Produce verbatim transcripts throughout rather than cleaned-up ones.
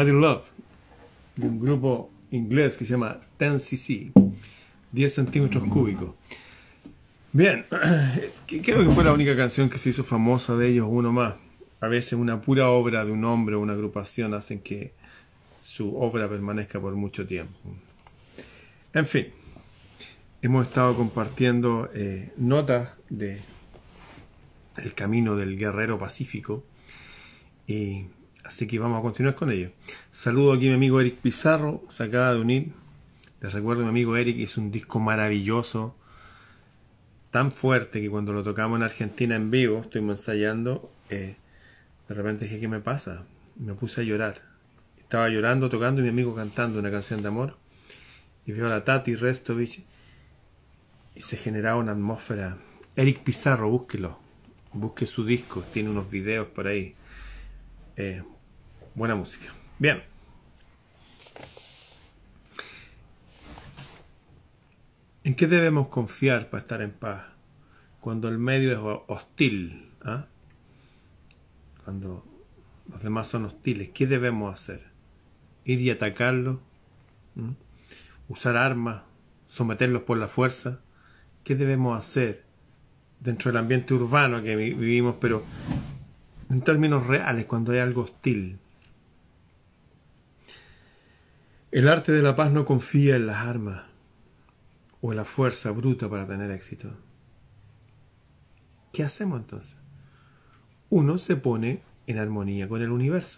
Somebody Love, de un grupo inglés que se llama diez C C, diez centímetros cúbicos. Bien, creo que fue la única canción que se hizo famosa de ellos, uno más. A veces una pura obra de un hombre o una agrupación hacen que su obra permanezca por mucho tiempo. En fin, hemos estado compartiendo eh, notas de el camino del guerrero pacífico, y así que vamos a continuar con ello. Saludo aquí a mi amigo Eric Pizarro, se acaba de unir. Les recuerdo, mi amigo Eric hizo un disco maravilloso, tan fuerte que cuando lo tocamos en Argentina en vivo, estuvimos ensayando, eh, de repente dije, ¿qué me pasa? Me puse a llorar. Estaba llorando, tocando, y mi amigo cantando una canción de amor, y veo a la Tati Restovich y se generaba una atmósfera. Eric Pizarro, búsquelo, busque su disco, tiene unos videos por ahí. Eh, buena música. Bien. ¿En qué debemos confiar para estar en paz? Cuando el medio es hostil, ¿eh? Cuando los demás son hostiles, ¿qué debemos hacer? ¿Ir y atacarlos? ¿Mm? ¿Usar armas? ¿Someterlos por la fuerza? ¿Qué debemos hacer dentro del ambiente urbano que vivimos, pero en términos reales, cuando hay algo hostil? El arte de la paz no confía en las armas o en la fuerza bruta para tener éxito. ¿Qué hacemos entonces? Uno se pone en armonía con el universo,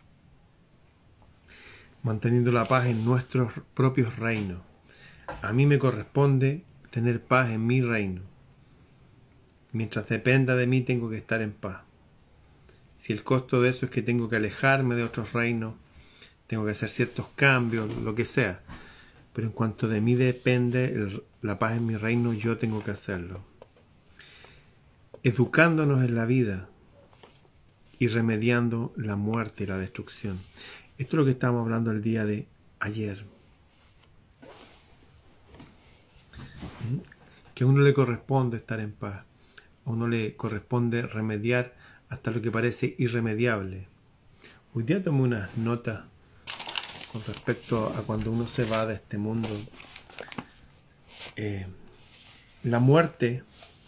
manteniendo la paz en nuestros propios reinos. A mí me corresponde tener paz en mi reino. Mientras dependa de mí, tengo que estar en paz. Si el costo de eso es que tengo que alejarme de otros reinos, tengo que hacer ciertos cambios, lo que sea. Pero en cuanto de mí depende el, la paz en mi reino, yo tengo que hacerlo. Educándonos en la vida y remediando la muerte y la destrucción. Esto es lo que estábamos hablando el día de ayer. Que a uno le corresponde estar en paz. A uno le corresponde remediar hasta lo que parece irremediable. Hoy día tomé unas notas con respecto a cuando uno se va de este mundo. Eh, la muerte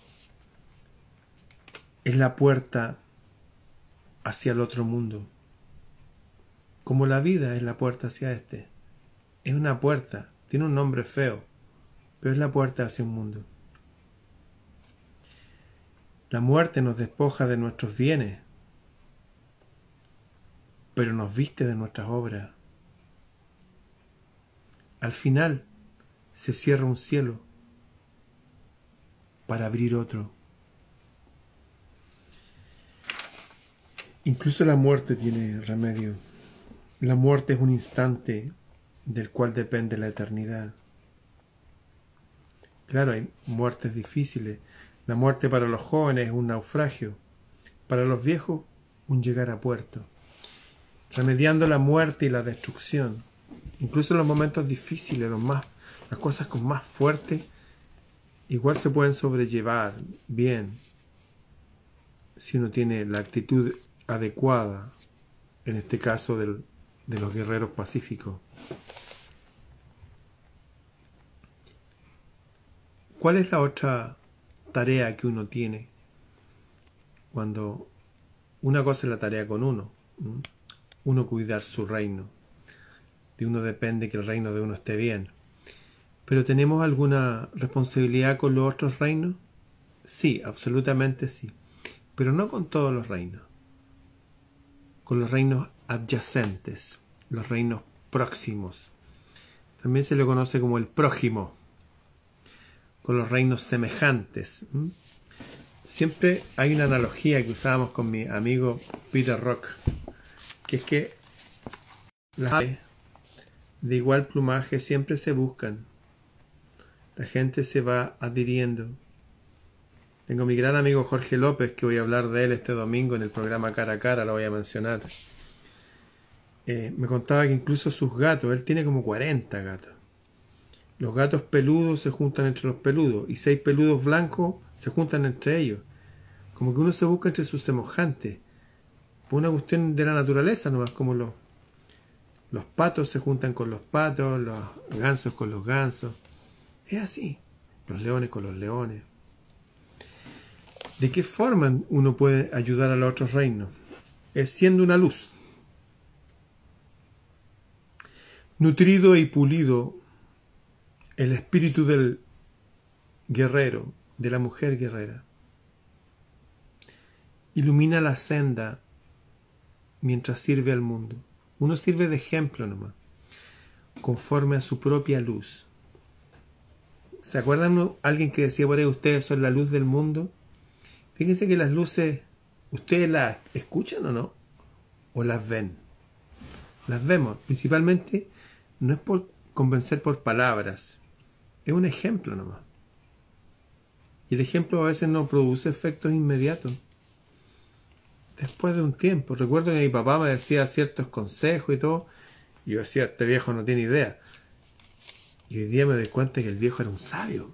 es la puerta hacia el otro mundo, como la vida es la puerta hacia este. Es una puerta, tiene un nombre feo, pero es la puerta hacia un mundo. La muerte nos despoja de nuestros bienes, pero nos viste de nuestras obras. Al final se cierra un cielo para abrir otro. Incluso la muerte tiene remedio. La muerte es un instante del cual depende la eternidad. Claro, hay muertes difíciles. La muerte para los jóvenes es un naufragio. Para los viejos, un llegar a puerto. Remediando la muerte y la destrucción. Incluso en los momentos difíciles, los más, las cosas con más fuerte, igual se pueden sobrellevar bien si uno tiene la actitud adecuada, en este caso del, de los guerreros pacíficos. ¿Cuál es la otra tarea que uno tiene cuando una cosa es la tarea con uno? ¿Mm? Uno cuidar su reino. De uno depende que el reino de uno esté bien. ¿Pero tenemos alguna responsabilidad con los otros reinos? Sí, absolutamente sí. Pero no con todos los reinos. Con los reinos adyacentes, los reinos próximos. También se le conoce como el prójimo. Con los reinos semejantes. ¿Mm? Siempre hay una analogía que usábamos con mi amigo Peter Rock, que es que las aves de igual plumaje siempre se buscan. La gente se va adhiriendo. Tengo mi gran amigo Jorge López, que voy a hablar de él este domingo en el programa Cara a Cara, lo voy a mencionar. Eh, me contaba que incluso sus gatos, él tiene como cuarenta gatos. Los gatos peludos se juntan entre los peludos y seis peludos blancos se juntan entre ellos. Como que uno se busca entre sus semejantes. Por una cuestión de la naturaleza nomás, como los, Los patos se juntan con los patos, los gansos con los gansos. Es así. Los leones con los leones. ¿De qué forma uno puede ayudar a los otros reinos? Es siendo una luz. Nutrido y pulido el espíritu del guerrero, de la mujer guerrera. Ilumina la senda mientras sirve al mundo. Uno sirve de ejemplo nomás, conforme a su propia luz. ¿Se acuerdan alguien que decía por ahí, ustedes son la luz del mundo? Fíjense que las luces, ¿ustedes las escuchan o no? ¿O las ven? Las vemos. Principalmente, no es por convencer por palabras, es un ejemplo nomás. Y el ejemplo a veces no produce efectos inmediatos. Después de un tiempo, recuerdo que mi papá me decía ciertos consejos y todo, y yo decía, este viejo no tiene idea. Y hoy día me doy cuenta que el viejo era un sabio.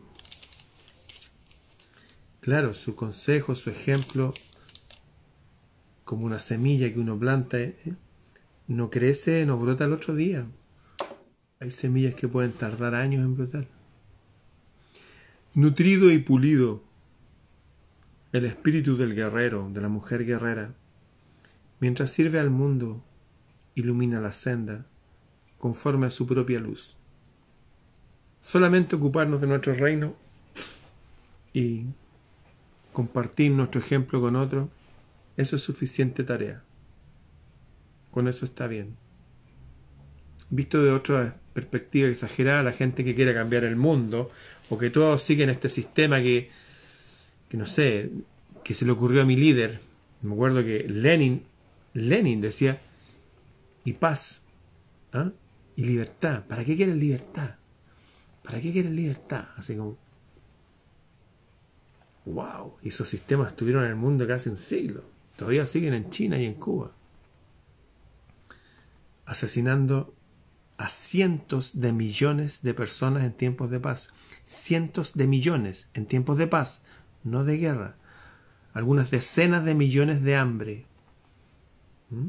Claro, su consejo, su ejemplo, como una semilla que uno planta, ¿eh? No crece, no brota el otro día. Hay semillas que pueden tardar años en brotar. Nutrido y pulido el espíritu del guerrero, de la mujer guerrera, mientras sirve al mundo, ilumina la senda conforme a su propia luz. Solamente ocuparnos de nuestro reino y compartir nuestro ejemplo con otros, eso es suficiente tarea. Con eso está bien. Visto de otra perspectiva exagerada, la gente que quiere cambiar el mundo, o que todos siguen este sistema que, que no sé, que se le ocurrió a mi líder. Me acuerdo que Lenin, Lenin decía, y paz, ¿ah? Y libertad. ¿Para qué quieres libertad? ¿Para qué quieres libertad? Así como, wow, y esos sistemas estuvieron en el mundo casi un siglo. Todavía siguen en China y en Cuba. Asesinando a cientos de millones de personas en tiempos de paz. Cientos de millones en tiempos de paz, no de guerra. Algunas decenas de millones de hambre. ¿Mm?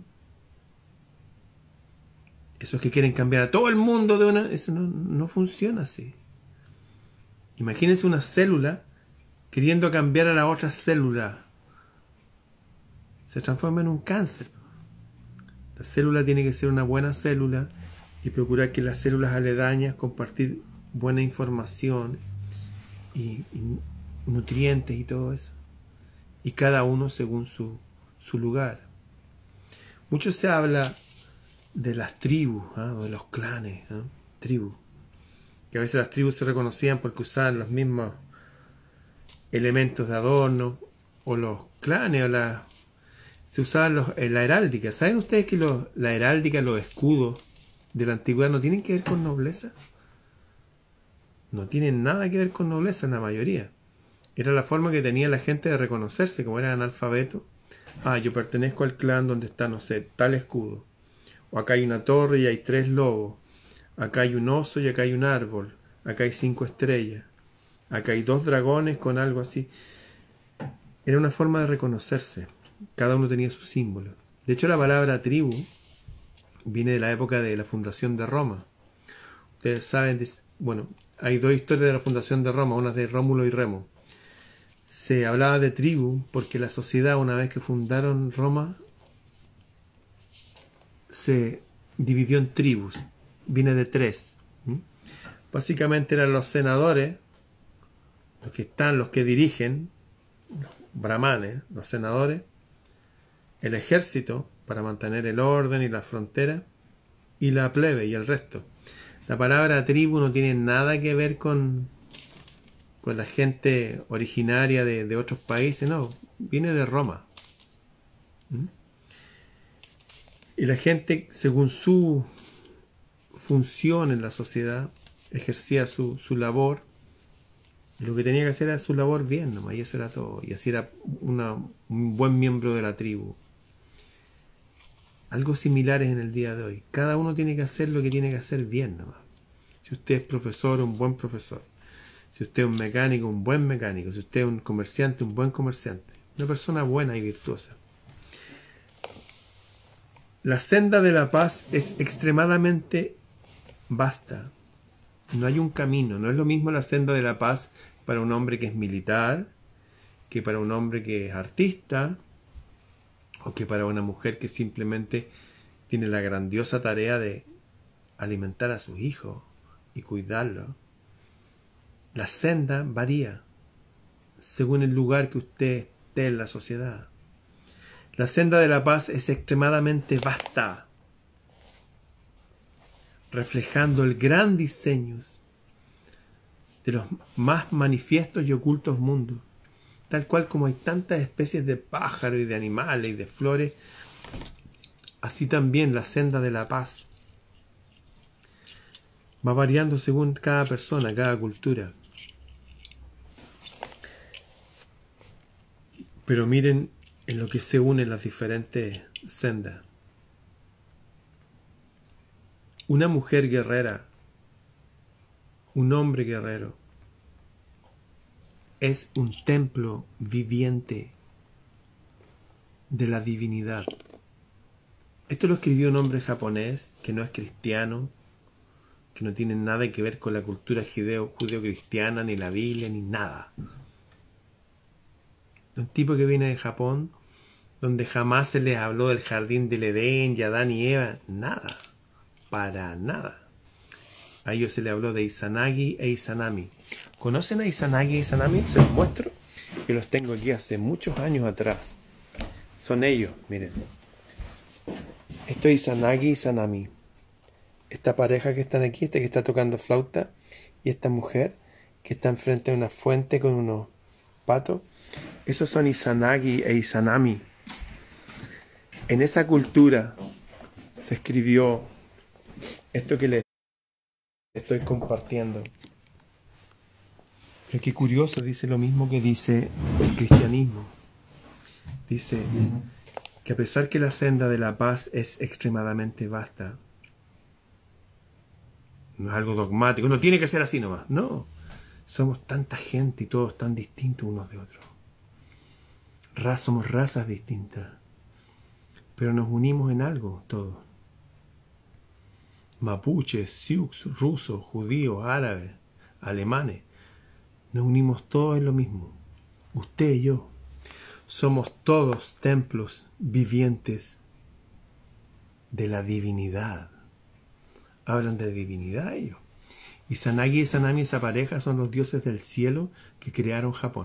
Esos que quieren cambiar a todo el mundo de una... Eso no, no funciona así. Imagínense una célula queriendo cambiar a la otra célula. Se transforma en un cáncer. La célula tiene que ser una buena célula y procurar que las células aledañas compartir buena información y, y nutrientes y todo eso. Y cada uno según su, su lugar. Mucho se habla de las tribus, ¿eh? O de los clanes, ¿eh? Tribus. Que a veces las tribus se reconocían porque usaban los mismos elementos de adorno, o los clanes, o las... se usaban los, en la heráldica. ¿Saben ustedes que los, la heráldica, los escudos de la antigüedad no tienen que ver con nobleza? No tienen nada que ver con nobleza en la mayoría. Era la forma que tenía la gente de reconocerse, como eran analfabetos. Ah, yo pertenezco al clan donde está, no sé, tal escudo. O acá hay una torre y hay tres lobos. Acá hay un oso y acá hay un árbol. Acá hay cinco estrellas. Acá hay dos dragones con algo así. Era una forma de reconocerse. Cada uno tenía su símbolo. De hecho, la palabra tribu viene de la época de la fundación de Roma. Ustedes saben, bueno, hay dos historias de la fundación de Roma, una de Rómulo y Remo. Se hablaba de tribu porque la sociedad, una vez que fundaron Roma, se dividió en tribus. Viene de tres. ¿Mm? Básicamente eran los senadores, los que están, los que dirigen, los brahmanes, los senadores, el ejército para mantener el orden y la frontera, y la plebe y el resto. La palabra tribu no tiene nada que ver con, con la gente originaria de, de otros países, no, viene de Roma. ¿Mm? Y la gente, según su función en la sociedad, ejercía su, su labor. Y lo que tenía que hacer era su labor bien, nomás, y eso era todo. Y así era una, un buen miembro de la tribu. Algo similar es en el día de hoy. Cada uno tiene que hacer lo que tiene que hacer bien, nomás. Si usted es profesor, un buen profesor. Si usted es un mecánico, un buen mecánico. Si usted es un comerciante, un buen comerciante. Una persona buena y virtuosa. La senda de la paz es extremadamente vasta. No hay un camino. No es lo mismo la senda de la paz para un hombre que es militar, que para un hombre que es artista, o que para una mujer que simplemente tiene la grandiosa tarea de alimentar a sus hijos y cuidarlos. La senda varía según el lugar que usted esté en la sociedad. La senda de la paz es extremadamente vasta, reflejando el gran diseño de los más manifiestos y ocultos mundos, tal cual como hay tantas especies de pájaros y de animales y de flores, así también la senda de la paz va variando según cada persona, cada cultura. Pero miren en lo que se unen las diferentes sendas. Una mujer guerrera, un hombre guerrero, es un templo viviente de la divinidad. Esto lo escribió un hombre japonés que no es cristiano, que no tiene nada que ver con la cultura judeo-cristiana, ni la Biblia, ni nada. Un tipo que viene de Japón, donde jamás se les habló del jardín del Edén y Adán y Eva, nada, para nada. A ellos se les habló de Izanagi e Izanami. ¿Conocen a Izanagi e Izanami? Se los muestro, que los tengo aquí hace muchos años atrás. Son ellos, miren. Esto es Izanagi y Izanami. Esta pareja que están aquí, este que está tocando flauta, y esta mujer que está enfrente de una fuente con unos patos, esos son Izanagi e Izanami. En esa cultura se escribió esto que les estoy compartiendo. Pero qué curioso, dice lo mismo que dice el cristianismo. Dice que a pesar que la senda de la paz es extremadamente vasta, no es algo dogmático, no tiene que ser así nomás, no. Somos tanta gente y todos tan distintos unos de otros. Raz, somos razas distintas, pero nos unimos en algo todos. Mapuches, sioux, rusos, judíos, árabes, alemanes, nos unimos todos en lo mismo. Usted y yo somos todos templos vivientes de la divinidad. Hablan de divinidad ellos. Izanagi y Izanami, esa pareja, son los dioses del cielo que crearon Japón.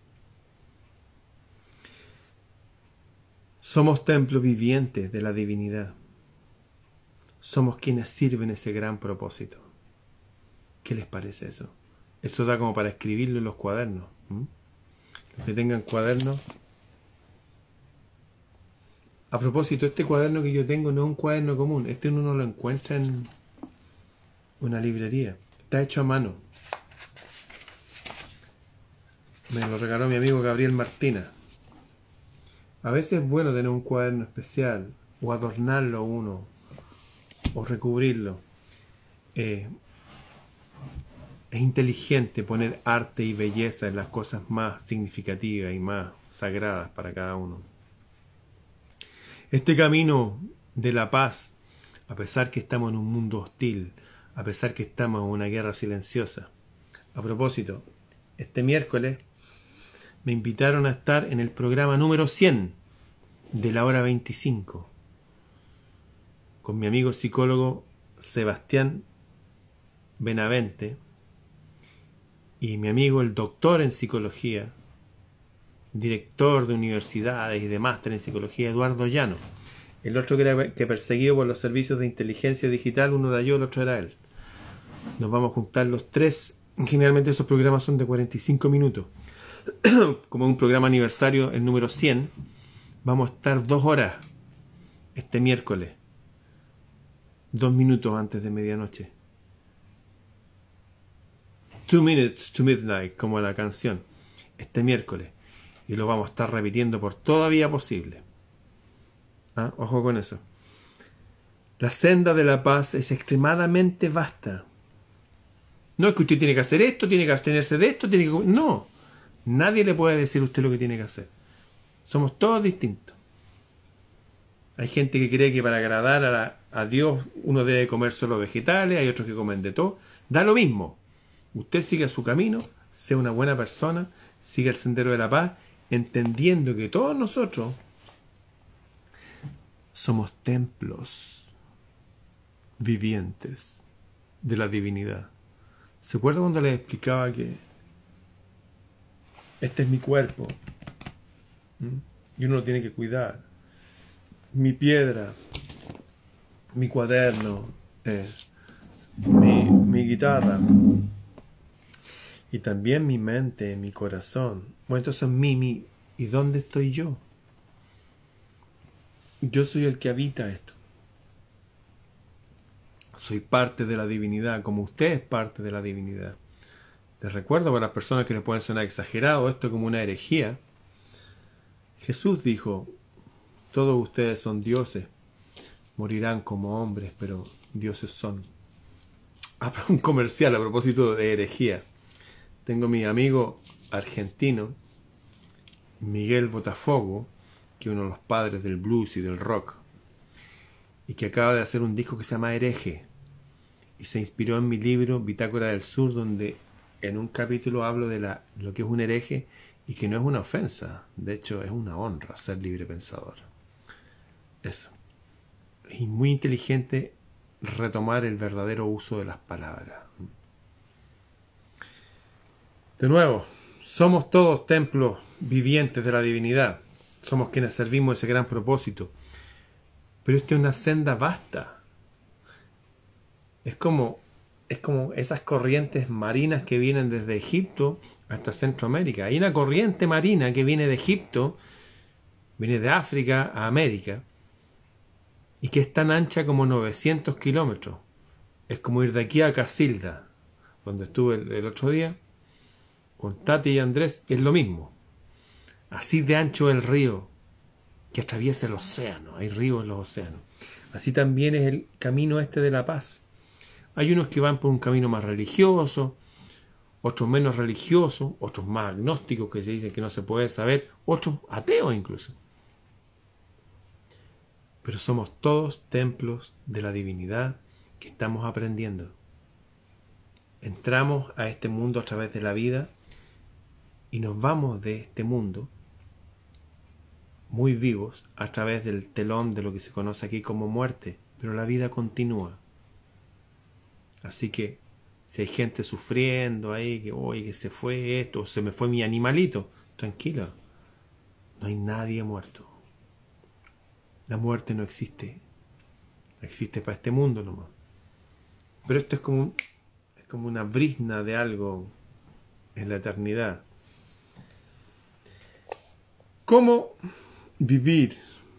Somos templos vivientes de la divinidad. Somos quienes sirven ese gran propósito. ¿Qué les parece eso? Eso da como para escribirlo en los cuadernos. ¿Mm? Los que tengan cuadernos. A propósito, este cuaderno que yo tengo no es un cuaderno común. Este uno no lo encuentra en una librería. Está hecho a mano. Me lo regaló mi amigo Gabriel Martínez. A veces es bueno tener un cuaderno especial, o adornarlo uno, o recubrirlo. Eh, es inteligente poner arte y belleza en las cosas más significativas y más sagradas para cada uno. Este camino de la paz, a pesar que estamos en un mundo hostil, a pesar que estamos en una guerra silenciosa. A propósito, este miércoles me invitaron a estar en el programa número cien de la hora veinticinco con mi amigo psicólogo Sebastián Benavente y mi amigo el doctor en psicología, director de universidades y de máster en psicología, Eduardo Llano. El otro que era que perseguido por los servicios de inteligencia digital, uno era yo, el otro era él. Nos vamos a juntar los tres. Generalmente esos programas son de cuarenta y cinco minutos. Como un programa aniversario, el número cien, vamos a estar dos horas este miércoles. Dos minutos antes de medianoche. Two minutes to midnight, como la canción. Este miércoles. Y lo vamos a estar repitiendo por toda vía posible. ¿Ah? Ojo con eso. La senda de la paz es extremadamente vasta. No es que usted tiene que hacer esto, tiene que abstenerse de esto, tiene que... No. Nadie le puede decir a usted lo que tiene que hacer. Somos todos distintos. Hay gente que cree que para agradar a, la, a Dios uno debe comer solo vegetales, hay otros que comen de todo. Da lo mismo. Usted siga su camino, sea una buena persona, siga el sendero de la paz, entendiendo que todos nosotros somos templos vivientes de la divinidad. ¿Se acuerda cuando les explicaba que este es mi cuerpo? ¿Mm? Y uno lo tiene que cuidar. Mi piedra, mi cuaderno, eh, mi, mi guitarra y también mi mente, mi corazón. Bueno, entonces mi, mi, ¿y dónde estoy yo? Yo soy el que habita esto. Soy parte de la divinidad, como usted es parte de la divinidad. Les recuerdo para las personas que les pueden sonar exagerado esto como una herejía. Jesús dijo: todos ustedes son dioses, morirán como hombres, pero dioses son. Ah, un comercial a propósito de herejía. Tengo mi amigo argentino, Miguel Botafogo, que es uno de los padres del blues y del rock, y que acaba de hacer un disco que se llama Hereje, y se inspiró en mi libro Bitácora del Sur, donde en un capítulo hablo de la, lo que es un hereje, y que no es una ofensa, de hecho es una honra ser libre pensador. Eso. Es muy inteligente retomar el verdadero uso de las palabras. De nuevo, somos todos templos vivientes de la divinidad. Somos quienes servimos ese gran propósito. Pero esta es una senda vasta. Es como, es como esas corrientes marinas que vienen desde Egipto hasta Centroamérica. Hay una corriente marina que viene de Egipto, viene de África a América, y que es tan ancha como novecientos kilómetros. Es como ir de aquí a Casilda, donde estuve el, el otro día, con Tati y Andrés, es lo mismo. Así de ancho el río que atraviesa el océano. Hay ríos en los océanos. Así también es el camino este de la paz. Hay unos que van por un camino más religioso, otros menos religiosos, otros más agnósticos que se dicen que no se puede saber, otros ateos incluso. Pero somos todos templos de la divinidad que estamos aprendiendo. Entramos a este mundo a través de la vida y nos vamos de este mundo muy vivos a través del telón de lo que se conoce aquí como muerte, pero la vida continúa. Así que si hay gente sufriendo ahí, que oye, que se fue esto, se me fue mi animalito, tranquilo, no hay nadie muerto. La muerte no existe, existe para este mundo nomás. Pero esto es como, es como una brizna de algo en la eternidad. ¿Cómo vivir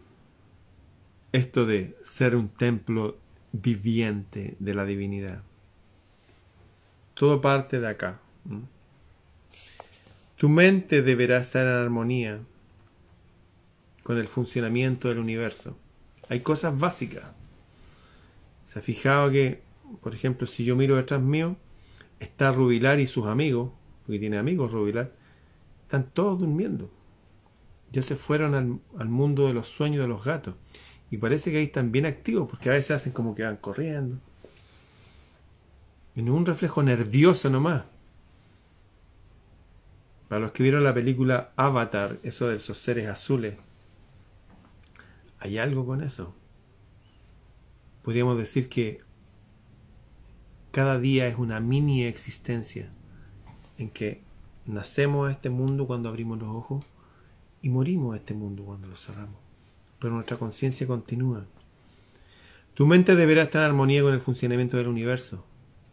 esto de ser un templo viviente de la divinidad? Todo parte de acá. Tu mente deberá estar en armonía con el funcionamiento del universo. Hay cosas básicas. ¿Se ha fijado que, por ejemplo, si yo miro detrás mío, está Rubilar y sus amigos, porque tiene amigos Rubilar, están todos durmiendo? Ya se fueron al, al mundo de los sueños de los gatos. Y parece que ahí están bien activos, porque a veces hacen como que van corriendo. En un reflejo nervioso nomás. Para los que vieron la película Avatar, eso de esos seres azules, hay algo con eso. Podríamos decir que cada día es una mini existencia en que nacemos a este mundo cuando abrimos los ojos y morimos a este mundo cuando los cerramos. Pero nuestra conciencia continúa. Tu mente deberá estar en armonía con el funcionamiento del universo.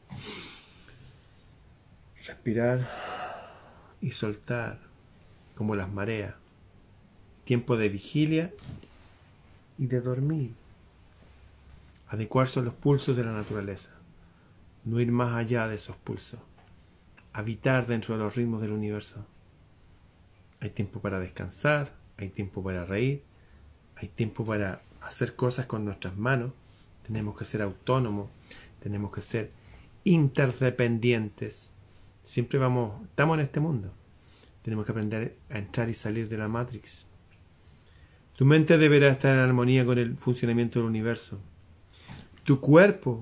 Respirar y soltar como las mareas. Tiempo de vigilia y de dormir. Adecuarse a los pulsos de la naturaleza. No ir más allá de esos pulsos. Habitar dentro de los ritmos del universo. Hay tiempo para descansar, hay tiempo para reír, hay tiempo para hacer cosas con nuestras manos. Tenemos que ser autónomos, tenemos que ser interdependientes. Siempre vamos, estamos en este mundo. Tenemos que aprender a entrar y salir de la Matrix. Tu mente deberá estar en armonía con el funcionamiento del universo. Tu cuerpo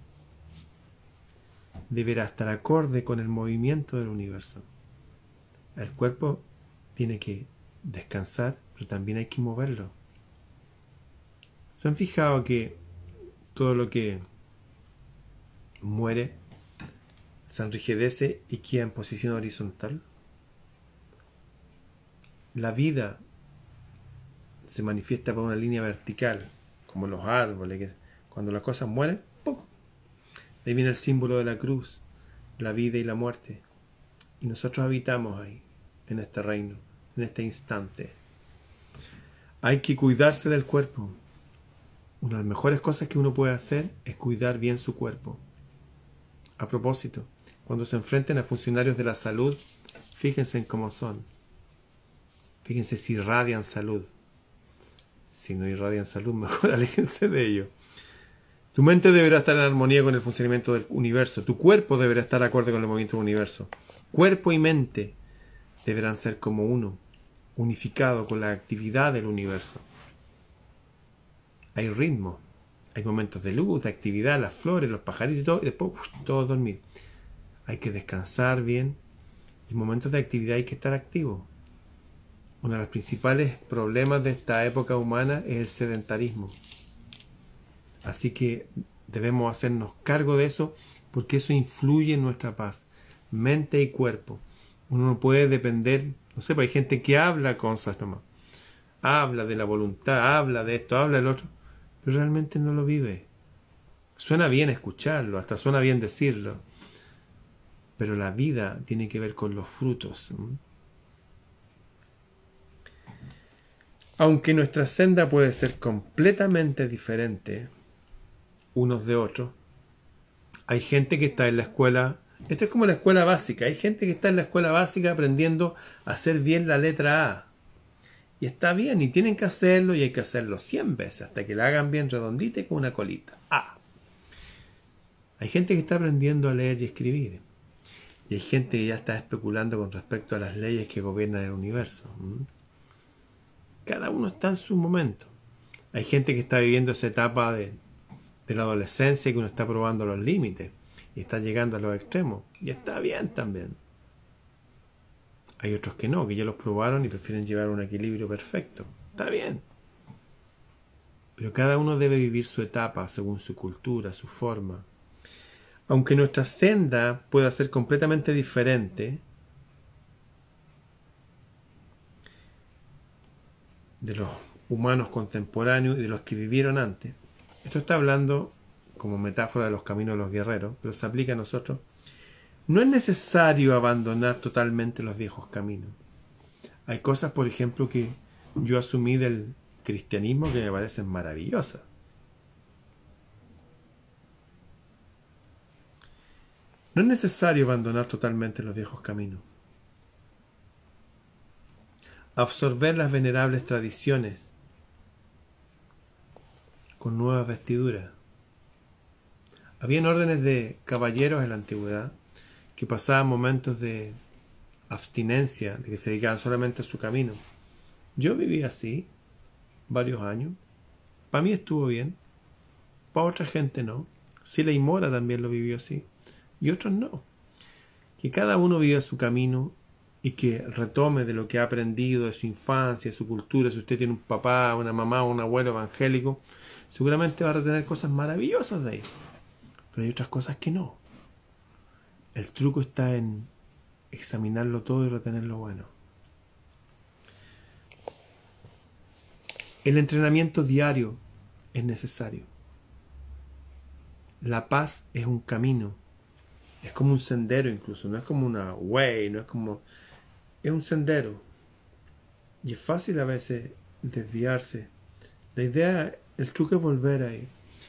deberá estar acorde con el movimiento del universo. El cuerpo tiene que descansar, pero también hay que moverlo. ¿Se han fijado que todo lo que muere se enrijidece y queda en posición horizontal? La vida se manifiesta por una línea vertical, como los árboles, que cuando las cosas mueren, ¡pum!, de ahí viene el símbolo de la cruz, la vida y la muerte. Y nosotros habitamos ahí, en este reino, en este instante. Hay que cuidarse del cuerpo. Una de las mejores cosas que uno puede hacer es cuidar bien su cuerpo. A propósito, cuando se enfrenten a funcionarios de la salud, fíjense en cómo son. Fíjense si irradian salud. Si no irradian salud, mejor aléjense de ello. Tu mente deberá estar en armonía con el funcionamiento del universo. Tu cuerpo deberá estar acorde con el movimiento del universo. Cuerpo y mente deberán ser como uno, unificado con la actividad del universo. Hay ritmo, hay momentos de luz, de actividad, las flores, los pajaritos y todo, y después uf, todo dormir. Hay que descansar bien, y en momentos de actividad hay que estar activo. Uno de los principales problemas de esta época humana es el sedentarismo. Así que debemos hacernos cargo de eso, porque eso influye en nuestra paz, mente y cuerpo. Uno no puede depender, no sé, hay gente que habla cosas nomás. Habla de la voluntad, habla de esto, habla del otro, pero realmente no lo vive. Suena bien escucharlo, hasta suena bien decirlo, pero la vida tiene que ver con los frutos. Aunque nuestra senda puede ser completamente diferente unos de otros, hay gente que está en la escuela, esto es como la escuela básica, hay gente que está en la escuela básica aprendiendo a hacer bien la letra A. Y está bien, y tienen que hacerlo, y hay que hacerlo cien veces, hasta que la hagan bien redondita y con una colita. A. Hay gente que está aprendiendo a leer y escribir. Y hay gente que ya está especulando con respecto a las leyes que gobiernan el universo. Cada uno está en su momento. Hay gente que está viviendo esa etapa de, de la adolescencia, que uno está probando los límites y está llegando a los extremos. Y está bien también. Hay otros que no, que ya los probaron y prefieren llevar un equilibrio perfecto. Está bien. Pero cada uno debe vivir su etapa según su cultura, su forma. Aunque nuestra senda pueda ser completamente diferente de los humanos contemporáneos y de los que vivieron antes. Esto está hablando como metáfora de los caminos de los guerreros, pero se aplica a nosotros. No es necesario abandonar totalmente los viejos caminos. Hay cosas, por ejemplo, que yo asumí del cristianismo que me parecen maravillosas. No es necesario abandonar totalmente los viejos caminos. Absorber las venerables tradiciones con nuevas vestiduras. Habían órdenes de caballeros en la antigüedad que pasaban momentos de abstinencia, de que se dedicaban solamente a su camino. Yo viví así varios años. Para mí estuvo bien. Para otra gente no. Sila Mora también lo vivió así. Y otros no. Que cada uno viva su camino y que retome de lo que ha aprendido de su infancia, de su cultura. Si usted tiene un papá, una mamá, un abuelo evangélico, seguramente va a retener cosas maravillosas de ahí. Pero hay otras cosas que no. El truco está en examinarlo todo y retener lo bueno. El entrenamiento diario es necesario. La paz es un camino. Es como un sendero incluso. No es como una way, no es como... Es un sendero. Y es fácil a veces desviarse. La idea, el truco es volver ahí.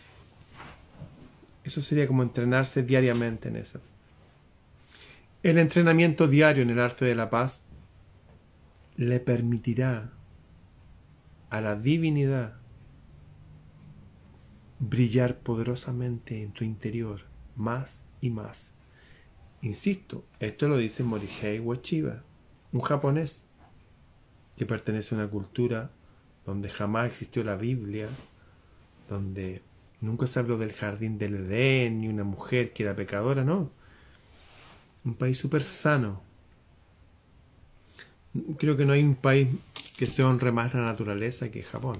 Eso sería como entrenarse diariamente en eso. El entrenamiento diario en el arte de la paz le permitirá a la divinidad brillar poderosamente en tu interior, más y más. Insisto, esto lo dice Morihei Ueshiba, un japonés que pertenece a una cultura donde jamás existió la Biblia, donde nunca se habló del jardín del Edén, ni una mujer que era pecadora, no. Un país súper sano. Creo que no hay un país que se honre más la naturaleza que Japón.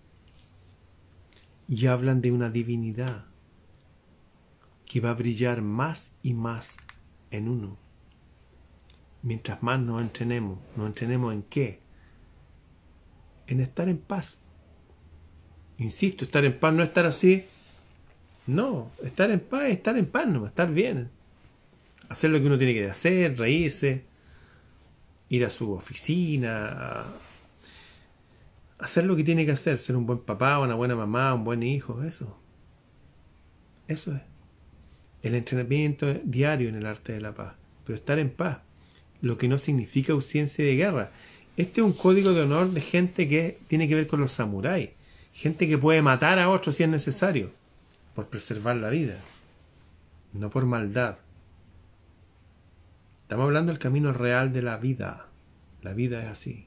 Y hablan de una divinidad que va a brillar más y más en uno. Mientras más nos entrenemos. ¿Nos entrenemos en qué? En estar en paz. Insisto, estar en paz no es estar así. No, estar en paz es estar en paz, no, estar bien. Hacer lo que uno tiene que hacer, reírse, ir a su oficina, hacer lo que tiene que hacer, ser un buen papá, una buena mamá, un buen hijo, eso. Eso es. El entrenamiento diario en el arte de la paz. Pero estar en paz, lo que no significa ausencia de guerra. Este es un código de honor de gente que tiene que ver con los samuráis. Gente que puede matar a otros si es necesario, por preservar la vida, no por maldad. Estamos hablando del camino real de la vida. La vida es así.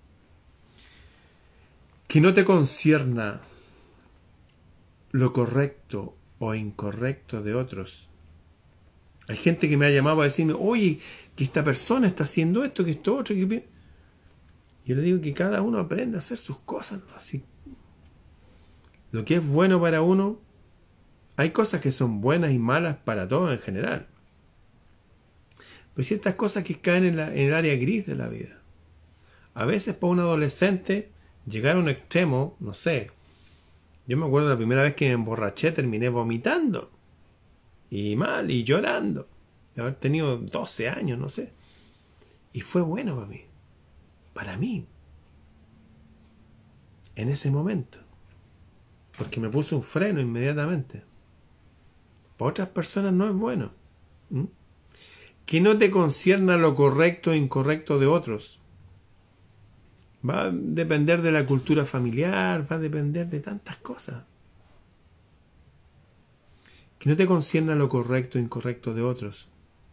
Que no te concierna lo correcto o incorrecto de otros. Hay gente que me ha llamado a decirme, oye, que esta persona está haciendo esto, que esto otro. Que... Yo le digo que cada uno aprende a hacer sus cosas, ¿no? Así. Lo que es bueno para uno, hay cosas que son buenas y malas para todos en general. Pero hay ciertas cosas que caen en, la, en el área gris de la vida. A veces para un adolescente llegar a un extremo, no sé. Yo me acuerdo la primera vez que me emborraché, terminé vomitando. Y mal, y llorando. De haber tenido doce años, no sé. Y fue bueno para mí. Para mí. En ese momento. Porque me puso un freno inmediatamente. Para otras personas no es bueno. ¿Mm? Que no te concierna lo correcto e incorrecto de otros. Va a depender de la cultura familiar, va a depender de tantas cosas. Que no te concierna lo correcto e incorrecto de otros.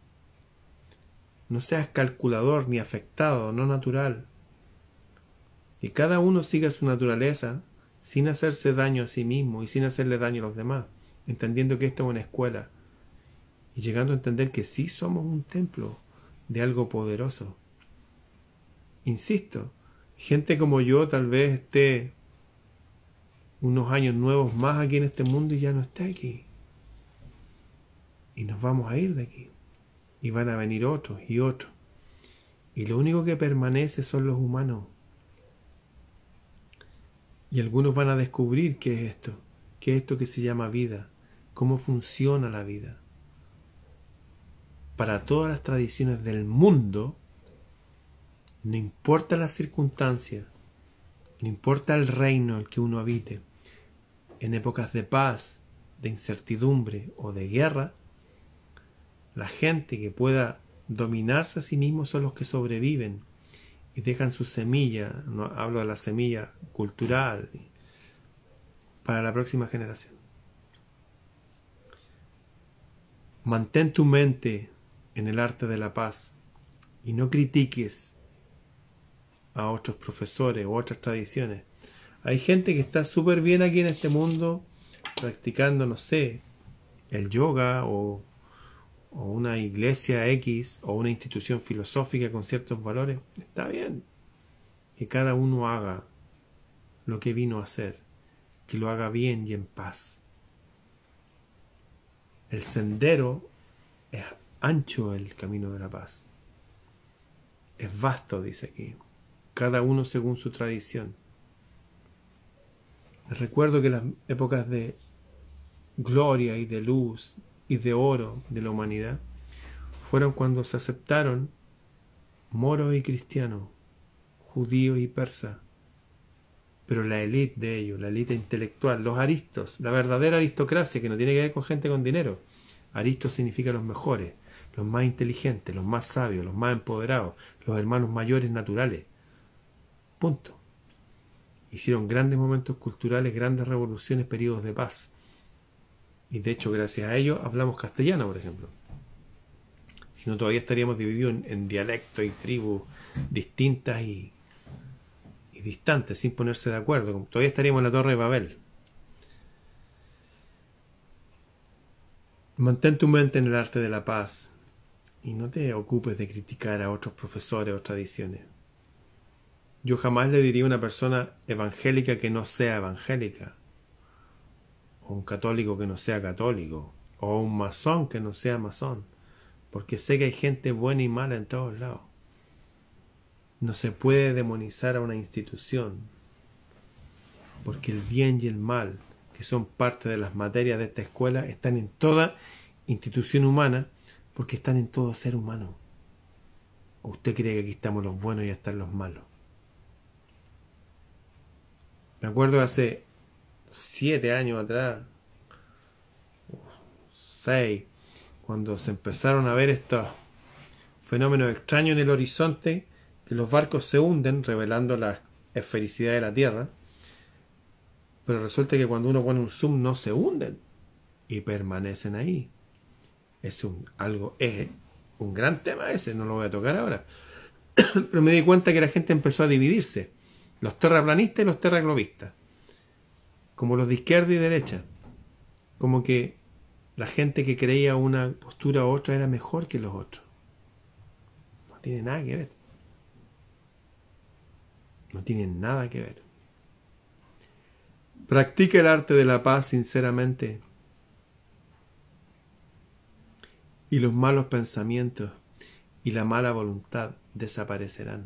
No seas calculador ni afectado, no natural. Que cada uno siga su naturaleza sin hacerse daño a sí mismo y sin hacerle daño a los demás, entendiendo que esta es una escuela y llegando a entender que sí somos un templo de algo poderoso. Insisto, gente como yo tal vez esté unos años nuevos más aquí en este mundo y ya no esté aquí. Y nos vamos a ir de aquí. Y van a venir otros y otros. Y lo único que permanece son los humanos. Y algunos van a descubrir qué es esto. Qué es esto que se llama vida. Cómo funciona la vida. Para todas las tradiciones del mundo, no importa las circunstancias, no importa el reino en el que uno habite, en épocas de paz, de incertidumbre o de guerra, la gente que pueda dominarse a sí mismo son los que sobreviven y dejan su semilla, no hablo de la semilla cultural, para la próxima generación. Mantén tu mente en el arte de la paz y no critiques a otros profesores u otras tradiciones. Hay gente que está súper bien aquí en este mundo practicando, no sé, el yoga o, o una iglesia X o una institución filosófica con ciertos valores. Está bien que cada uno haga lo que vino a hacer, que lo haga bien y en paz. El sendero es ancho, el camino de la paz. Es vasto, dice aquí. Cada uno según su tradición. Recuerdo que las épocas de gloria y de luz y de oro de la humanidad fueron cuando se aceptaron moros y cristianos, judíos y persas, pero la élite de ellos, la élite intelectual, los aristos, la verdadera aristocracia que no tiene que ver con gente con dinero. Aristos significa los mejores, los más inteligentes, los más sabios, los más empoderados, los hermanos mayores naturales. Punto. Hicieron grandes momentos culturales, grandes revoluciones, periodos de paz. Y de hecho, gracias a ellos, hablamos castellano, por ejemplo. Si no, todavía estaríamos divididos en, en dialectos y tribus distintas y, y distantes, sin ponerse de acuerdo. Como todavía estaríamos en la Torre de Babel. Mantén tu mente en el arte de la paz y no te ocupes de criticar a otros profesores o tradiciones. Yo jamás le diría a una persona evangélica que no sea evangélica, o un católico que no sea católico, o un masón que no sea masón, porque sé que hay gente buena y mala en todos lados. No se puede demonizar a una institución, porque el bien y el mal, que son parte de las materias de esta escuela, están en toda institución humana, porque están en todo ser humano. ¿O usted cree que aquí estamos los buenos y están los malos? Me acuerdo hace siete años atrás, seis, cuando se empezaron a ver estos fenómenos extraños en el horizonte, que los barcos se hunden, revelando la esfericidad de la Tierra, pero resulta que cuando uno pone un zoom no se hunden y permanecen ahí. Es un, algo, es un gran tema ese, no lo voy a tocar ahora. Pero me di cuenta que la gente empezó a dividirse. Los terraplanistas y los terraglobistas. Como los de izquierda y derecha. Como que la gente que creía una postura u otra era mejor que los otros. No tiene nada que ver. No tiene nada que ver. Practica el arte de la paz sinceramente. Y los malos pensamientos y la mala voluntad desaparecerán.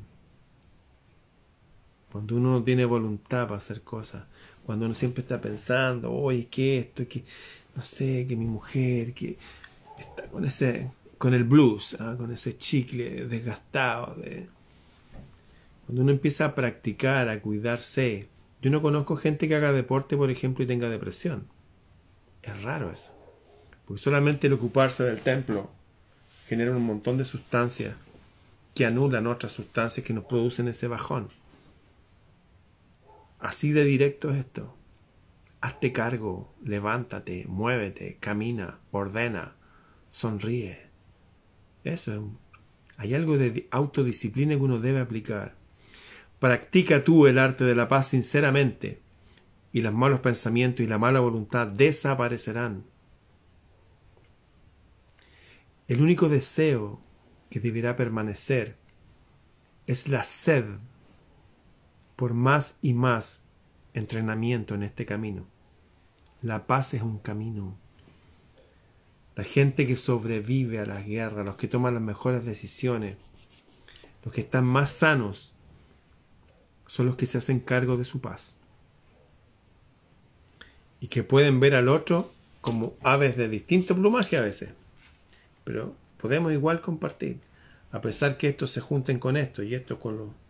Cuando uno no tiene voluntad para hacer cosas, cuando uno siempre está pensando, oye, que esto, que no sé, que mi mujer, que está con ese, con el blues, ¿eh? Con ese chicle desgastado. De... Cuando uno empieza a practicar, a cuidarse. Yo no conozco gente que haga deporte, por ejemplo, y tenga depresión. Es raro eso. Porque solamente el ocuparse del templo genera un montón de sustancias que anulan otras sustancias que nos producen ese bajón. Así de directo es esto. Hazte cargo, levántate, muévete, camina, ordena, sonríe. Eso es un... Hay algo de autodisciplina que uno debe aplicar. Practica tú el arte de la paz sinceramente y los malos pensamientos y la mala voluntad desaparecerán. El único deseo que deberá permanecer es la sed por más y más entrenamiento en este camino. La paz es un camino. La gente que sobrevive a las guerras, los que toman las mejores decisiones, los que están más sanos, son los que se hacen cargo de su paz. Y que pueden ver al otro como aves de distinto plumaje a veces. Pero podemos igual compartir. A pesar que estos se junten con esto y esto con lo...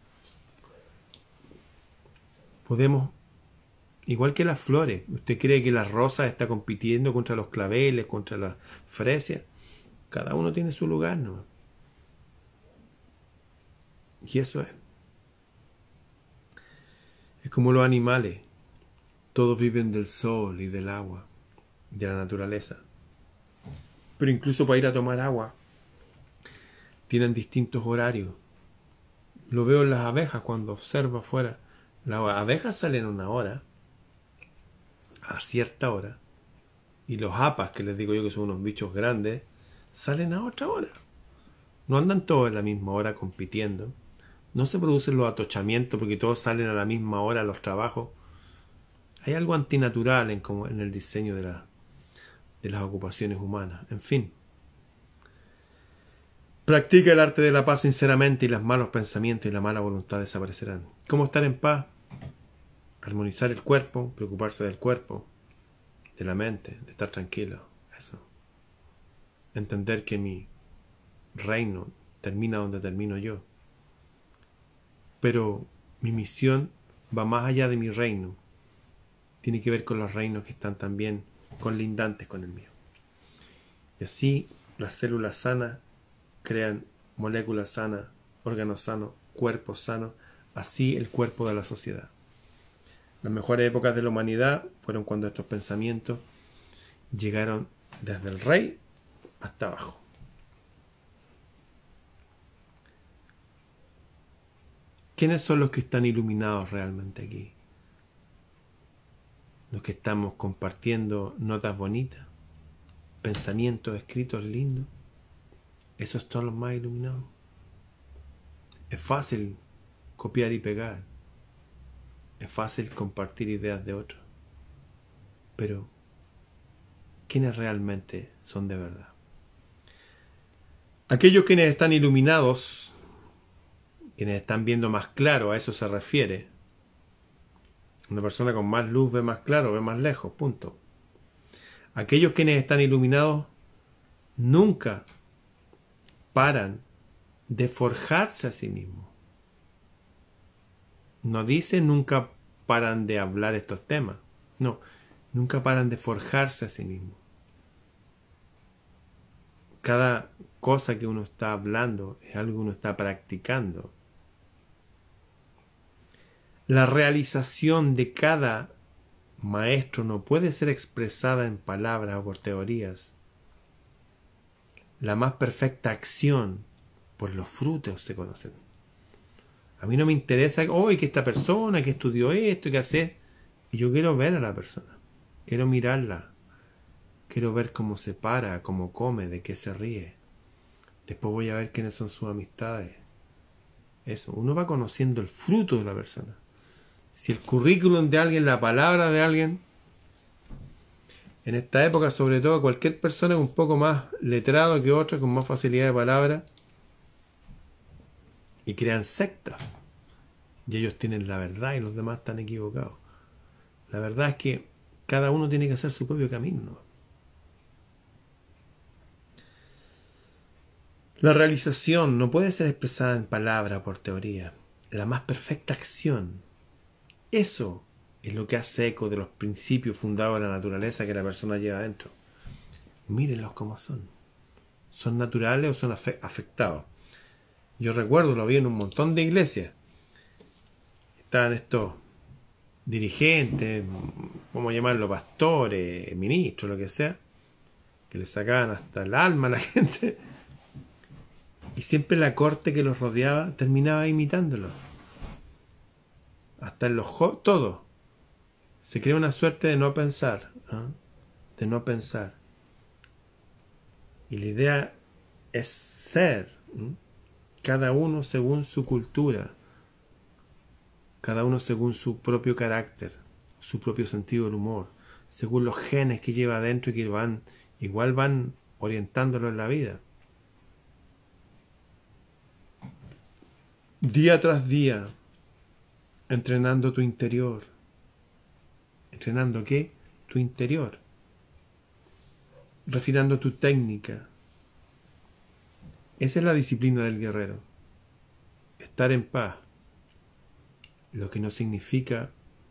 Podemos, igual que las flores. ¿Usted cree que la rosa está compitiendo contra los claveles, contra las fresias? Cada uno tiene su lugar, ¿no? Y eso es. Es como los animales. Todos viven del sol y del agua, de la naturaleza. Pero incluso para ir a tomar agua, tienen distintos horarios. Lo veo en las abejas cuando observo afuera. Las abejas salen a una hora, a cierta hora, y los apas, que les digo yo que son unos bichos grandes, salen a otra hora. No andan todos a la misma hora compitiendo. No se producen los atochamientos porque todos salen a la misma hora a los trabajos. Hay algo antinatural en, como en el diseño de, la, de las ocupaciones humanas. En fin. Practica el arte de la paz sinceramente y los malos pensamientos y la mala voluntad desaparecerán. ¿Cómo estar en paz? Armonizar el cuerpo, preocuparse del cuerpo, de la mente, de estar tranquilo. Eso. Entender que mi reino termina donde termino yo. Pero mi misión va más allá de mi reino. Tiene que ver con los reinos que están también colindantes con el mío. Y así las células sanas crean moléculas sanas, órganos sanos, cuerpos sanos, así el cuerpo de la sociedad. Las mejores épocas de la humanidad fueron cuando estos pensamientos llegaron desde el rey hasta abajo. ¿quiénes son los que están iluminados realmente aquí? Los que estamos compartiendo notas bonitas, pensamientos escritos lindos. Esos son los más iluminados. Es fácil copiar y pegar. Es fácil compartir ideas de otros. Pero, ¿quiénes realmente son de verdad? Aquellos quienes están iluminados, quienes están viendo más claro, a eso se refiere. Una persona con más luz ve más claro, ve más lejos, punto. Aquellos quienes están iluminados nunca paran de forjarse a sí mismos. No dice nunca paran de hablar estos temas. No, nunca paran de forjarse a sí mismos. Cada cosa que uno está hablando es algo que uno está practicando. La realización de cada maestro no puede ser expresada en palabras o por teorías. La más perfecta acción, por los frutos se conocen. A mí no me interesa, hoy que esta persona que estudió esto, que hace, y yo quiero ver a la persona, quiero mirarla, quiero ver cómo se para, cómo come, de qué se ríe. Después voy a ver quiénes son sus amistades. Eso, uno va conociendo el fruto de la persona. Si el currículum de alguien, la palabra de alguien, en esta época sobre todo cualquier persona un poco más letrado que otra, con más facilidad de palabra, y crean sectas. Y ellos tienen la verdad y los demás están equivocados. La verdad es que cada uno tiene que hacer su propio camino. La realización no puede ser expresada en palabra o por teoría. La más perfecta acción. Eso es lo que hace eco de los principios fundados en la naturaleza que la persona lleva adentro. Mírenlos como son. ¿Son naturales o son afectados? Yo recuerdo, lo vi en un montón de iglesias. Estaban estos dirigentes, vamos a llamarlo pastores, ministros, lo que sea, que le sacaban hasta el alma a la gente. Y siempre la corte que los rodeaba terminaba imitándolos. Hasta en los jóvenes, todo. Se crea una suerte de no pensar, ¿eh? de no pensar. Y la idea es ser, ¿eh? cada uno según su cultura, cada uno según su propio carácter, su propio sentido del humor, según los genes que lleva adentro y que van, igual van orientándolo en la vida. Día tras día, entrenando tu interior. ¿Entrenando qué? Tu interior. Refinando tu técnica. Esa es la disciplina del guerrero. Estar en paz. Lo que no significa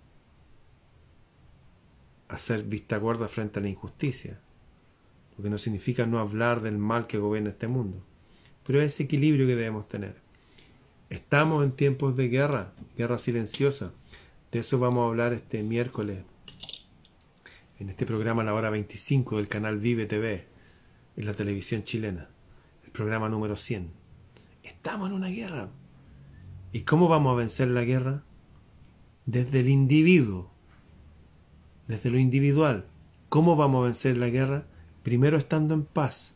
hacer vista gorda frente a la injusticia. Lo que no significa no hablar del mal que gobierna este mundo. Pero es ese equilibrio que debemos tener. Estamos en tiempos de guerra, guerra silenciosa. De eso vamos a hablar este miércoles en este programa a la hora veinticinco del canal Vive T V, en la televisión chilena. El programa número cien. Estamos en una guerra. ¿Y cómo vamos a vencer la guerra? Desde el individuo. Desde lo individual. ¿Cómo vamos a vencer la guerra? Primero estando en paz.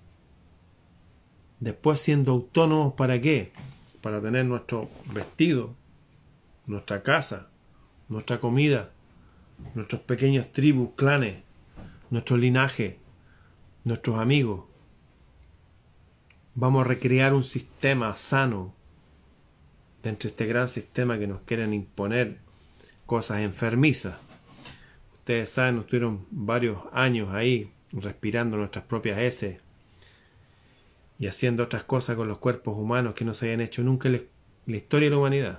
Después siendo autónomos, ¿para qué? Para tener nuestro vestido, nuestra casa, nuestra comida, nuestros pequeños tribus, clanes, nuestro linaje, nuestros amigos. Vamos a recrear un sistema sano dentro de este gran sistema que nos quieren imponer cosas enfermizas. Ustedes saben, nos tuvieron varios años ahí respirando nuestras propias heces y haciendo otras cosas con los cuerpos humanos que no se habían hecho nunca en la historia de la humanidad.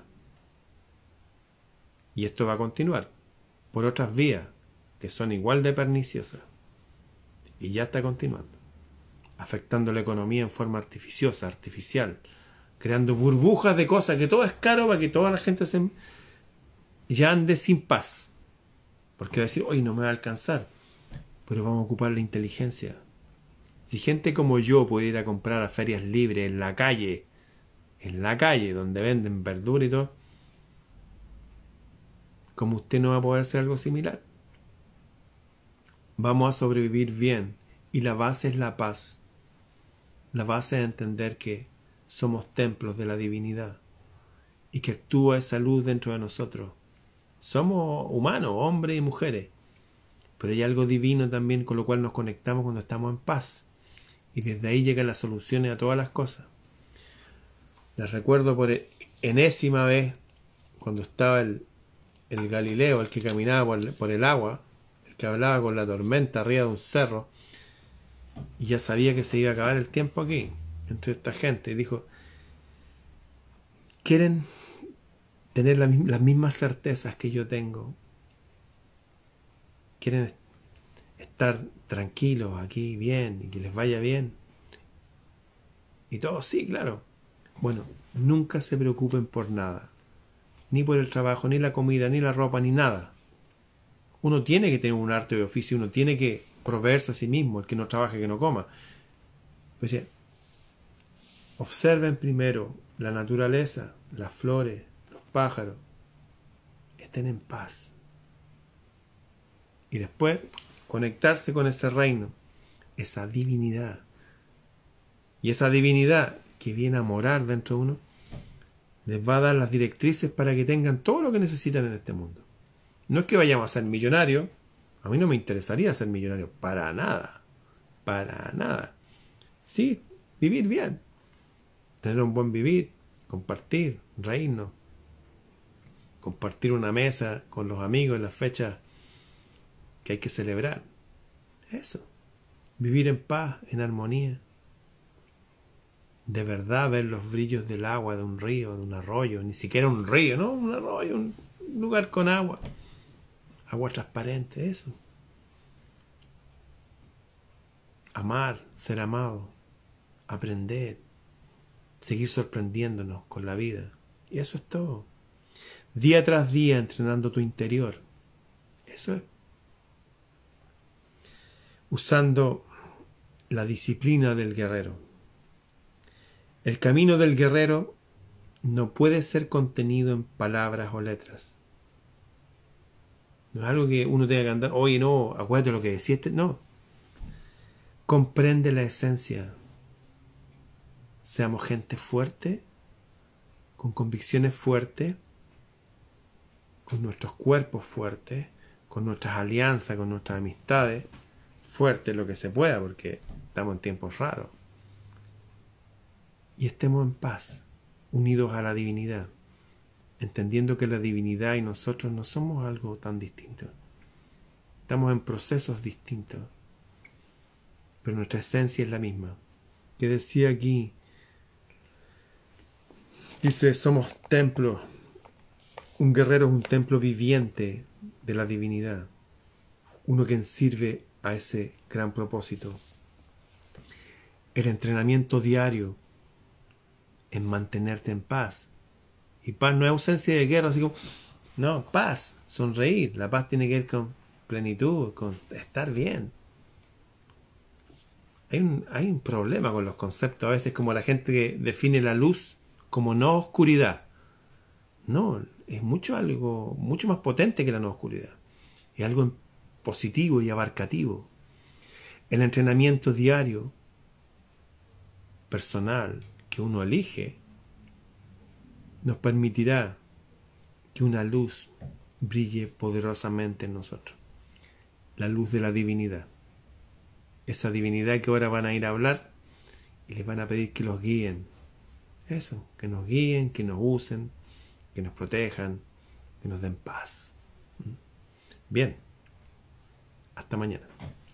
Y esto va a continuar por otras vías que son igual de perniciosas. Y ya está continuando, afectando la economía en forma artificiosa, artificial, creando burbujas de cosas, que todo es caro para que toda la gente se ya ande sin paz. Porque va a decir, hoy no me va a alcanzar, pero vamos a ocupar la inteligencia. Si gente como yo puede ir a comprar a ferias libres en la calle, en la calle, donde venden verdura y todo, ¿cómo usted no va a poder hacer algo similar? Vamos a sobrevivir bien. Y la base es la paz. La base es entender que somos templos de la divinidad y que actúa esa luz dentro de nosotros. Somos humanos, hombres y mujeres, pero hay algo divino también con lo cual nos conectamos cuando estamos en paz. Y desde ahí llegan las soluciones a todas las cosas. Les recuerdo por enésima vez cuando estaba el, el Galileo, el que caminaba por el, por el agua, el que hablaba con la tormenta arriba de un cerro, y ya sabía que se iba a acabar el tiempo aquí, entre esta gente. Y dijo, ¿quieren tener la, las mismas certezas que yo tengo? ¿Quieren estar tranquilos aquí, bien, y que les vaya bien? Y todos, sí, claro. Bueno, nunca se preocupen por nada. Ni por el trabajo, ni la comida, ni la ropa, ni nada. Uno tiene que tener un arte de oficio, uno tiene que proveerse a sí mismo, el que no trabaje, que no coma. Pues ya, observen primero la naturaleza, las flores, los pájaros. Estén en paz. Y después, conectarse con ese reino, esa divinidad. Y esa divinidad que viene a morar dentro de uno, les va a dar las directrices para que tengan todo lo que necesitan en este mundo. No es que vayamos a ser millonarios. A mí no me interesaría ser millonario. Para nada. Para nada. Sí, vivir bien. Tener un buen vivir. Compartir. Reírnos. Compartir una mesa con los amigos en las fechas que hay que celebrar. Eso. Vivir en paz, en armonía. De verdad ver los brillos del agua de un río, de un arroyo. Ni siquiera un río, ¿no? Un arroyo, un lugar con agua. Agua transparente, eso. Amar, ser amado, aprender, seguir sorprendiéndonos con la vida. Y eso es todo. Día tras día entrenando tu interior. Eso es. Usando la disciplina del guerrero. El camino del guerrero no puede ser contenido en palabras o letras. No es algo que uno tenga que andar, oye, no, acuérdate lo que decía este. No. Comprende la esencia. Seamos gente fuerte, con convicciones fuertes, con nuestros cuerpos fuertes, con nuestras alianzas, con nuestras amistades, fuertes lo que se pueda, porque estamos en tiempos raros. Y estemos en paz, unidos a la divinidad, entendiendo que la divinidad y nosotros no somos algo tan distinto. Estamos en procesos distintos, pero nuestra esencia es la misma. Que decía aquí, dice, somos templos. Un guerrero es un templo viviente de la divinidad, uno que sirve a ese gran propósito. El entrenamiento diario en mantenerte en paz. Y paz no es ausencia de guerra, así como, no, paz, sonreír. La paz tiene que ver con plenitud, con estar bien. Hay un, hay un problema con los conceptos a veces, como la gente que define la luz como no oscuridad. No, es mucho algo mucho más potente que la no oscuridad. Es algo positivo y abarcativo. El entrenamiento diario, personal, que uno elige, nos permitirá que una luz brille poderosamente en nosotros. La luz de la divinidad. Esa divinidad que ahora van a ir a hablar y les van a pedir que los guíen. Eso, que nos guíen, que nos usen, que nos protejan, que nos den paz. Bien, hasta mañana.